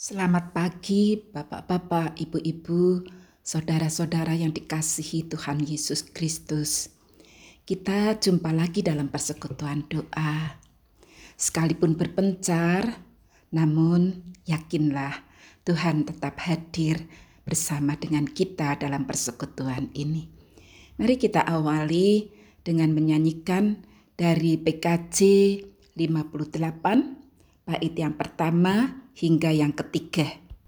Selamat pagi, Bapak-bapak, Ibu-ibu, saudara-saudara yang dikasihi Tuhan Yesus Kristus. Kita jumpa lagi dalam persekutuan doa. Sekalipun berpencar, namun yakinlah Tuhan tetap hadir bersama dengan kita dalam persekutuan ini. Mari kita awali dengan menyanyikan dari PKJ 58, bait yang pertama hingga yang ketiga.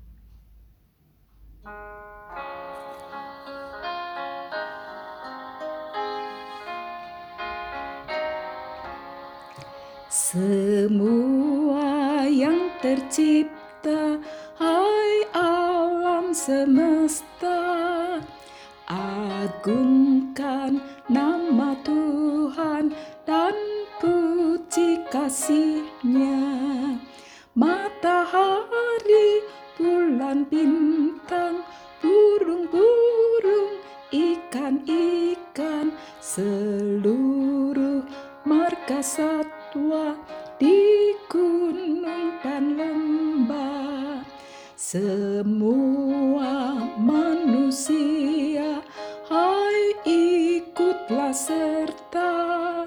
Semua yang tercipta, hai alam semesta, agungkan nama Tuhan dan puji kasih-Nya. Matahari, bulan, bintang, burung-burung, ikan-ikan, seluruh marga satwa di gunung dan lembah, semua manusia, hai ikutlah serta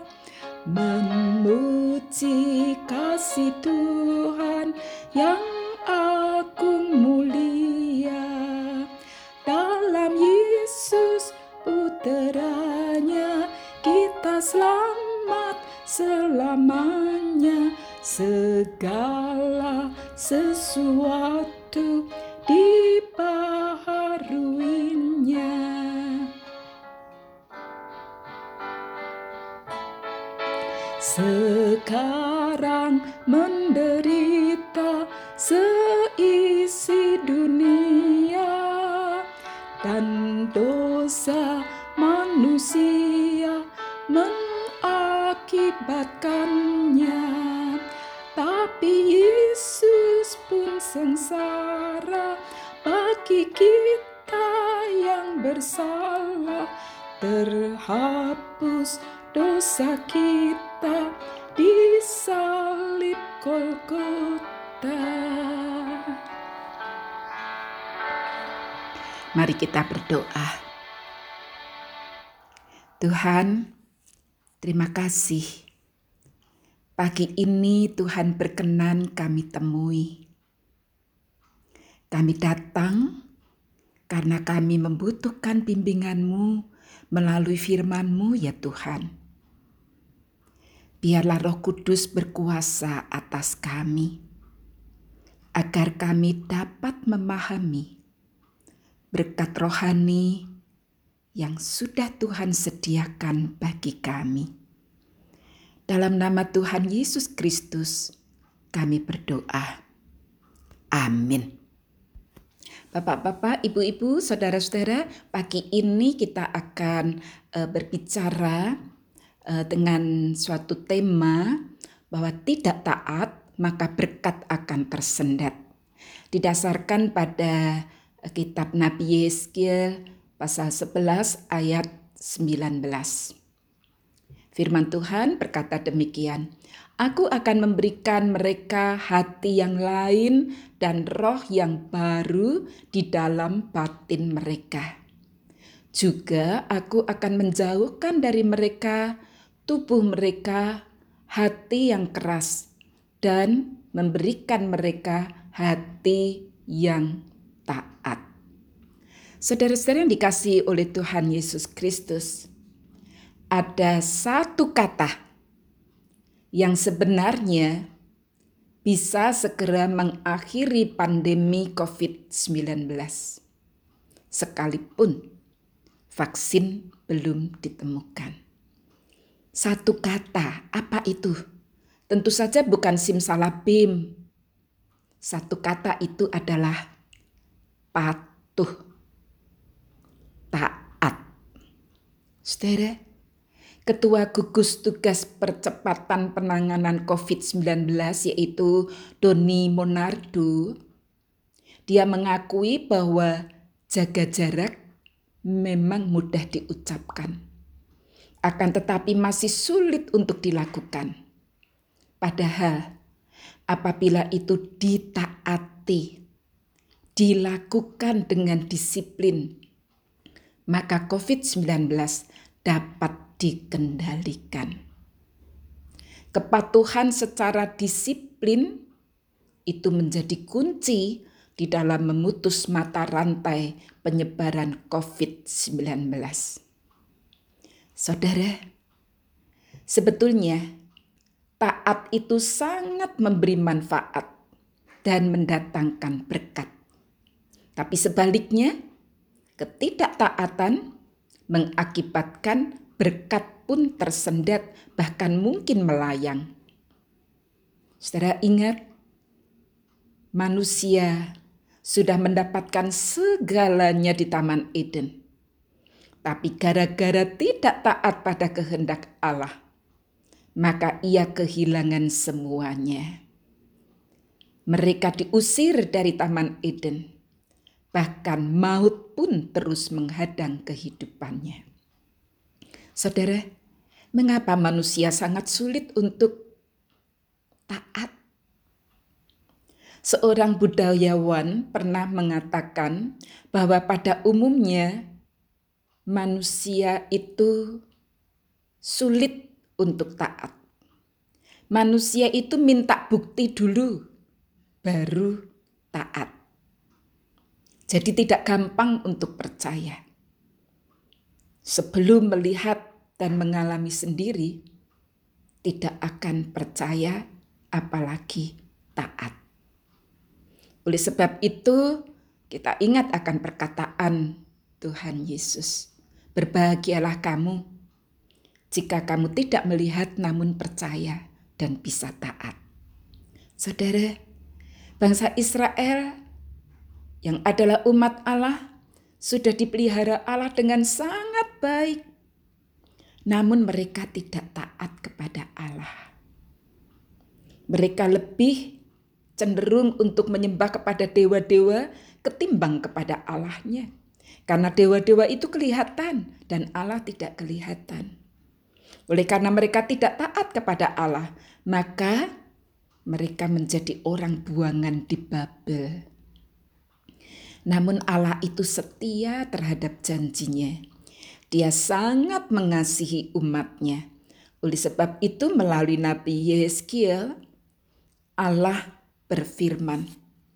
memuji kasih Tuhan yang agung mulia. Dalam Yesus puteranya kita selamat selamanya, segala sesuatu dibaharuinya. Sekarang menderita seisi dunia, dan dosa manusia mengakibatkannya. Tapi Yesus pun sengsara bagi kita yang bersalah, terhapus dosa kita di salib Golgota. Mari kita berdoa. Tuhan, terima kasih. Pagi ini Tuhan berkenan kami temui. Kami datang karena kami membutuhkan bimbingan-Mu melalui firman-Mu ya Tuhan. Biarlah Roh Kudus berkuasa atas kami, agar kami dapat memahami berkat rohani yang sudah Tuhan sediakan bagi kami. Dalam nama Tuhan Yesus Kristus, kami berdoa. Amin. Bapak-bapak, ibu-ibu, saudara-saudara, pagi ini kita akan berbicara dengan suatu tema bahwa tidak taat maka berkat akan tersendat. Didasarkan pada kitab Nabi Yeskiel pasal 11 ayat 19. Firman Tuhan berkata demikian, Aku akan memberikan mereka hati yang lain dan roh yang baru di dalam batin mereka. Juga aku akan menjauhkan dari mereka tubuh mereka hati yang keras dan memberikan mereka hati yang taat. Saudara-saudara yang dikasihi oleh Tuhan Yesus Kristus, ada satu kata yang sebenarnya bisa segera mengakhiri pandemi COVID-19, sekalipun vaksin belum ditemukan. Satu kata, apa itu? Tentu saja bukan simsalabim. Satu kata itu adalah patuh, taat. Saudara, Ketua Gugus Tugas Percepatan Penanganan COVID-19 yaitu Doni Monardo, dia mengakui bahwa jaga jarak memang mudah diucapkan, akan tetapi masih sulit untuk dilakukan. Padahal apabila itu ditaati, dilakukan dengan disiplin, maka COVID-19 dapat dikendalikan. Kepatuhan secara disiplin itu menjadi kunci di dalam memutus mata rantai penyebaran COVID-19. Saudara, sebetulnya taat itu sangat memberi manfaat dan mendatangkan berkat. Tapi sebaliknya, ketidaktaatan mengakibatkan berkat pun tersendat, bahkan mungkin melayang. Saudara ingat, manusia sudah mendapatkan segalanya di Taman Eden. Tapi gara-gara tidak taat pada kehendak Allah, maka ia kehilangan semuanya. Mereka diusir dari Taman Eden. Bahkan maut pun terus menghadang kehidupannya. Saudara, mengapa manusia sangat sulit untuk taat? Seorang budayawan pernah mengatakan bahwa pada umumnya manusia itu sulit untuk taat. Manusia itu minta bukti dulu, baru taat. Jadi tidak gampang untuk percaya. Sebelum melihat dan mengalami sendiri, tidak akan percaya apalagi taat. Oleh sebab itu, kita ingat akan perkataan Tuhan Yesus. Berbahagialah kamu jika kamu tidak melihat namun percaya dan bisa taat. Saudara, bangsa Israel yang adalah umat Allah sudah dipelihara Allah dengan sangat baik. Namun mereka tidak taat kepada Allah. Mereka lebih cenderung untuk menyembah kepada dewa-dewa ketimbang kepada Allahnya. Karena dewa-dewa itu kelihatan dan Allah tidak kelihatan. Oleh karena mereka tidak taat kepada Allah, maka mereka menjadi orang buangan di Babel. Namun Allah itu setia terhadap janjinya. Dia sangat mengasihi umatnya. Oleh sebab itu melalui Nabi Yeskiel, Allah berfirman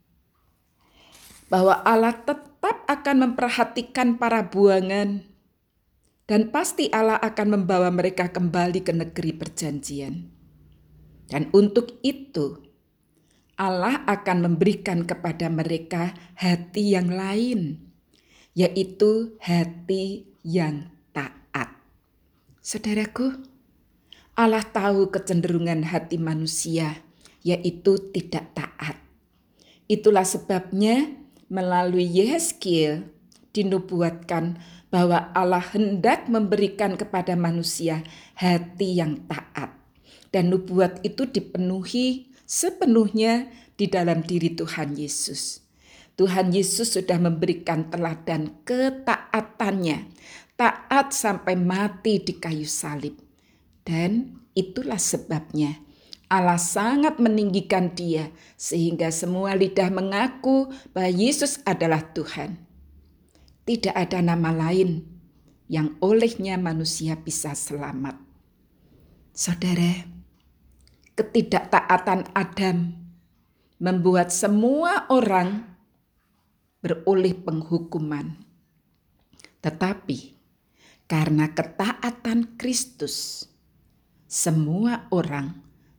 bahwa Allah tetap akan memperhatikan para buangan dan pasti Allah akan membawa mereka kembali ke negeri perjanjian. Dan untuk itu Allah akan memberikan kepada mereka hati yang lain, yaitu hati yang taat. Saudaraku, Allah tahu kecenderungan hati manusia, yaitu tidak taat. Itulah sebabnya melalui Yeskiel dinubuatkan bahwa Allah hendak memberikan kepada manusia hati yang taat. Dan nubuat itu dipenuhi sepenuhnya di dalam diri Tuhan Yesus. Tuhan Yesus sudah memberikan teladan ketaatannya, taat sampai mati di kayu salib. Dan itulah sebabnya Allah sangat meninggikan dia sehingga semua lidah mengaku bahwa Yesus adalah Tuhan. Tidak ada nama lain yang olehnya manusia bisa selamat. Saudara, ketidaktaatan Adam membuat semua orang beroleh penghukuman. Tetapi karena ketaatan Kristus, semua orang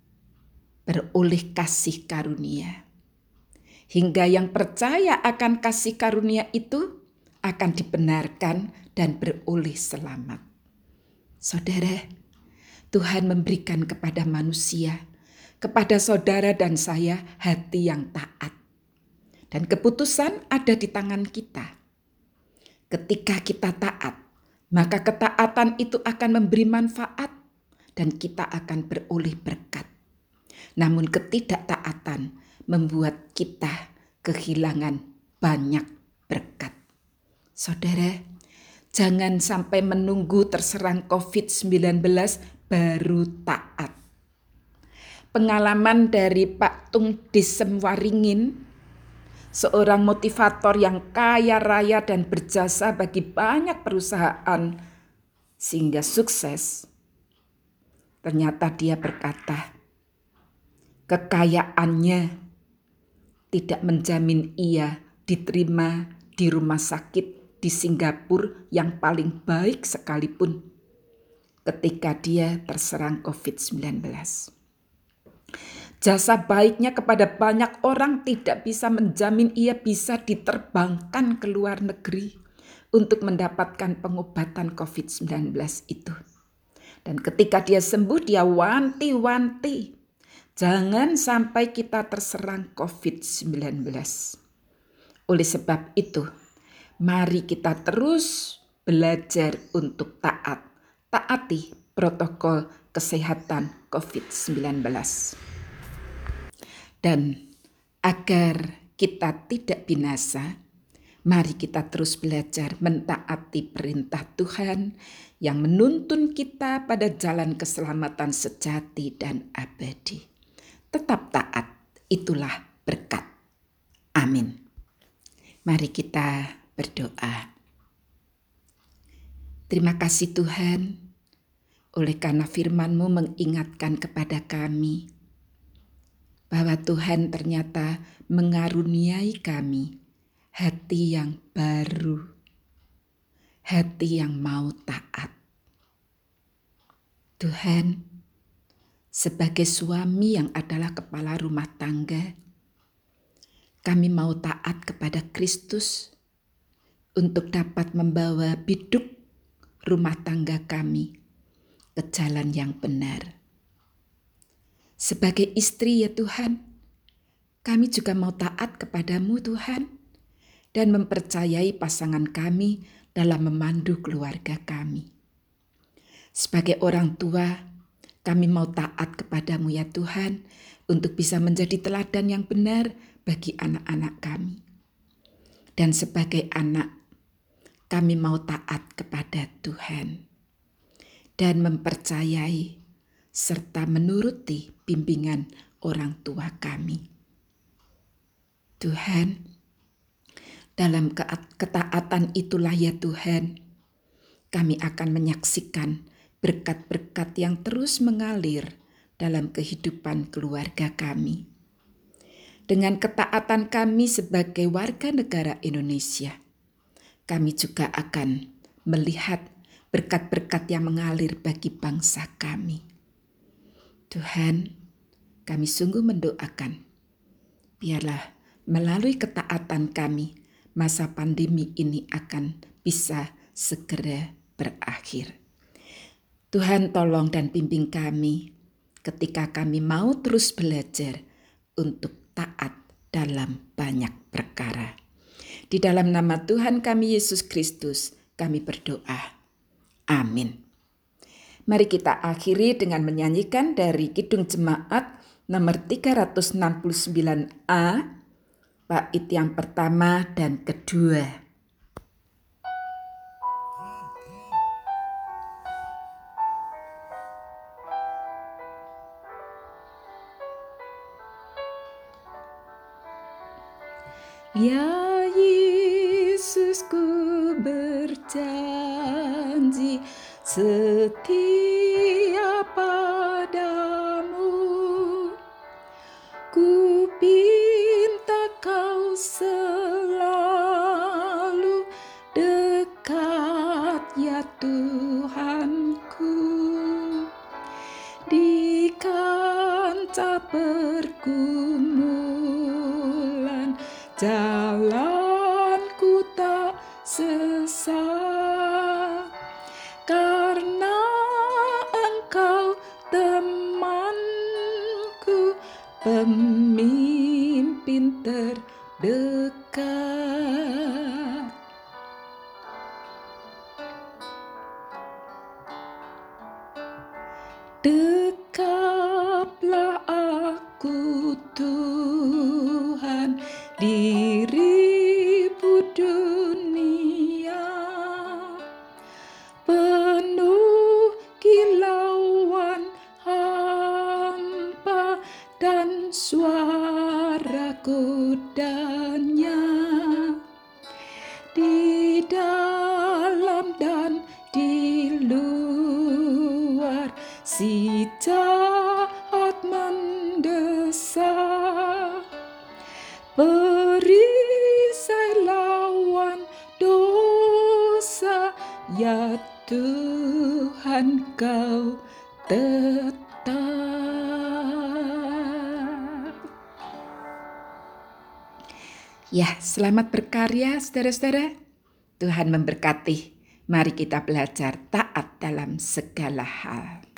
beroleh kasih karunia. Hingga yang percaya akan kasih karunia itu akan dibenarkan dan beroleh selamat. Saudara, Tuhan memberikan kepada manusia, kepada saudara dan saya hati yang taat. Dan keputusan ada di tangan kita. Ketika kita taat, maka ketaatan itu akan memberi manfaat dan kita akan beroleh berkat. Namun ketidaktaatan membuat kita kehilangan banyak berkat. Saudara, jangan sampai menunggu terserang COVID-19 baru taat. Pengalaman dari Pak Tung Desem Waringin seorang motivator yang kaya raya dan berjasa bagi banyak perusahaan sehingga sukses. Ternyata dia berkata, kekayaannya tidak menjamin ia diterima di rumah sakit di Singapura yang paling baik sekalipun ketika dia terserang COVID-19. Jasa baiknya kepada banyak orang tidak bisa menjamin ia bisa diterbangkan ke luar negeri untuk mendapatkan pengobatan COVID-19 itu. Dan ketika dia sembuh, dia wanti-wanti, jangan sampai kita terserang COVID-19. Oleh sebab itu, mari kita terus belajar untuk taati protokol kesehatan COVID-19. Dan agar kita tidak binasa, mari kita terus belajar mentaati perintah Tuhan yang menuntun kita pada jalan keselamatan sejati dan abadi. Tetap taat, itulah berkat. Amin. Mari kita berdoa. Terima kasih Tuhan, oleh karena firman-Mu mengingatkan kepada kami bahwa Tuhan ternyata mengaruniai kami hati yang baru, hati yang mau taat. Tuhan, sebagai suami yang adalah kepala rumah tangga, kami mau taat kepada Kristus untuk dapat membawa biduk rumah tangga kami ke jalan yang benar. Sebagai istri ya Tuhan, kami juga mau taat kepadamu Tuhan dan mempercayai pasangan kami dalam memandu keluarga kami. Sebagai orang tua, kami mau taat kepadamu ya Tuhan untuk bisa menjadi teladan yang benar bagi anak-anak kami. Dan sebagai anak, kami mau taat kepada Tuhan dan mempercayai serta menuruti bimbingan orang tua kami. Tuhan, dalam ketaatan itulah ya Tuhan, kami akan menyaksikan berkat-berkat yang terus mengalir dalam kehidupan keluarga kami. Dengan ketaatan kami sebagai warga negara Indonesia, kami juga akan melihat berkat-berkat yang mengalir bagi bangsa kami. Tuhan, kami sungguh mendoakan, biarlah melalui ketaatan kami, masa pandemi ini akan bisa segera berakhir. Tuhan tolong dan bimbing kami ketika kami mau terus belajar untuk taat dalam banyak perkara. Di dalam nama Tuhan kami Yesus Kristus, kami berdoa. Amin. Mari kita akhiri dengan menyanyikan dari Kidung Jemaat nomor 369A, bait yang pertama dan kedua. Ya Yesus, ku berjanji setia padamu, ku pinta kau selalu dekat ya Tuhanku, di kancah pergumulan jalanku tak sesat, karena Engkau temanku, pemimpin terdekat. Dekaplah aku Tuhan, diriku dunia penuh kilauan hampa dan suara godanya, jahat mendesak, perisai lawan dosa, ya Tuhan Kau tetap. Ya, selamat berkarya saudara-saudara. Tuhan memberkati. Mari kita belajar taat dalam segala hal.